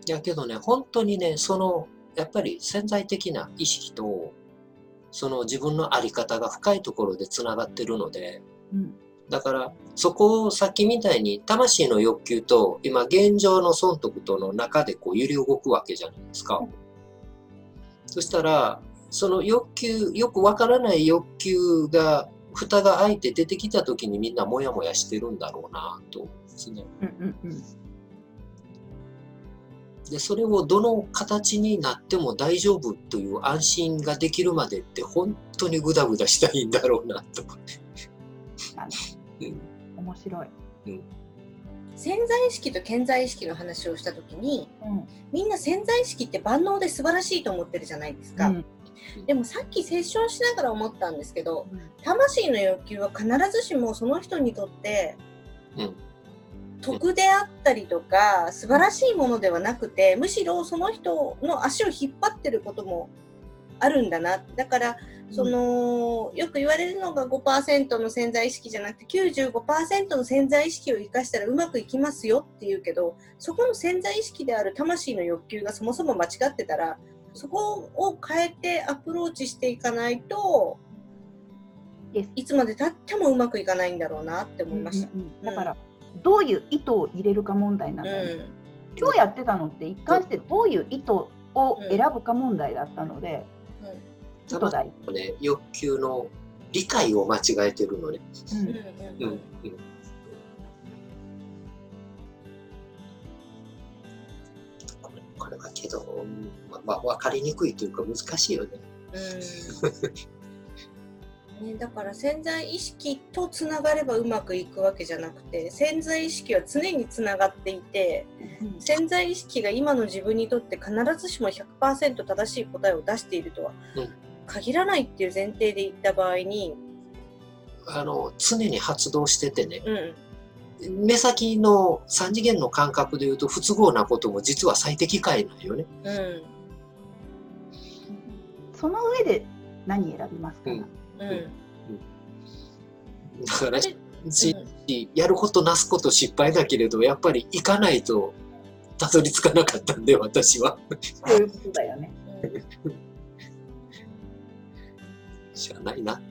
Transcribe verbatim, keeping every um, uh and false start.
やけどね、本当にね、そのやっぱり潜在的な意識とその自分の在り方が深いところでつながってるので、 うん、 だからそこをさっきみたいに魂の欲求と今現状の損得との中でこう揺り動くわけじゃないですか。うん、そしたらその欲求、よくわからない欲求が蓋が開いて出てきた時にみんなモヤモヤしてるんだろうなと思うんですね。 うんうんうん、 でそれをどの形になっても大丈夫という安心ができるまでって本当にグダグダしたいんだろうなと思って。 うん、面白い、 うん、潜在意識と顕在意識の話をしたときに、うん、みんな潜在意識って万能で素晴らしいと思ってるじゃないですか、うん、でもさっきセッションしながら思ったんですけど、うん、魂の欲求は必ずしもその人にとって、うん、得であったりとか素晴らしいものではなくて、むしろその人の足を引っ張ってることもあるんだな。だからその、うん、よく言われるのが ごパーセント の潜在意識じゃなくて きゅうじゅうごパーセント の潜在意識を生かしたらうまくいきますよっていうけど、そこの潜在意識である魂の欲求がそもそも間違ってたら、そこを変えてアプローチしていかないといつまで経ってもうまくいかないんだろうなって思いました、うんうんうん、 だからどういう意図を入れるか問題なんだよね、うん、今日やってたのって一貫してどういう意図を選ぶか問題だったので、うんうん、 意図大事、ね、欲求の理解を間違えてるのね、うんうんうんうん、これ、これはけど、まあ、分かりにくいというか難しいよね、うんね、だから潜在意識とつながればうまくいくわけじゃなくて、潜在意識は常につながっていて、うん、潜在意識が今の自分にとって必ずしも ひゃくパーセント 正しい答えを出しているとは限らないっていう前提で言った場合に、 あの常に発動しててね、うん、目先のさん次元の感覚でいうと不都合なことも実は最適解なんよね、うん、 その上で何選びますか、うんうん、 だから、うん、やることなすこと失敗だけれどやっぱり行かないとたどり着かなかったんで私はそういうことだよねしゃあないな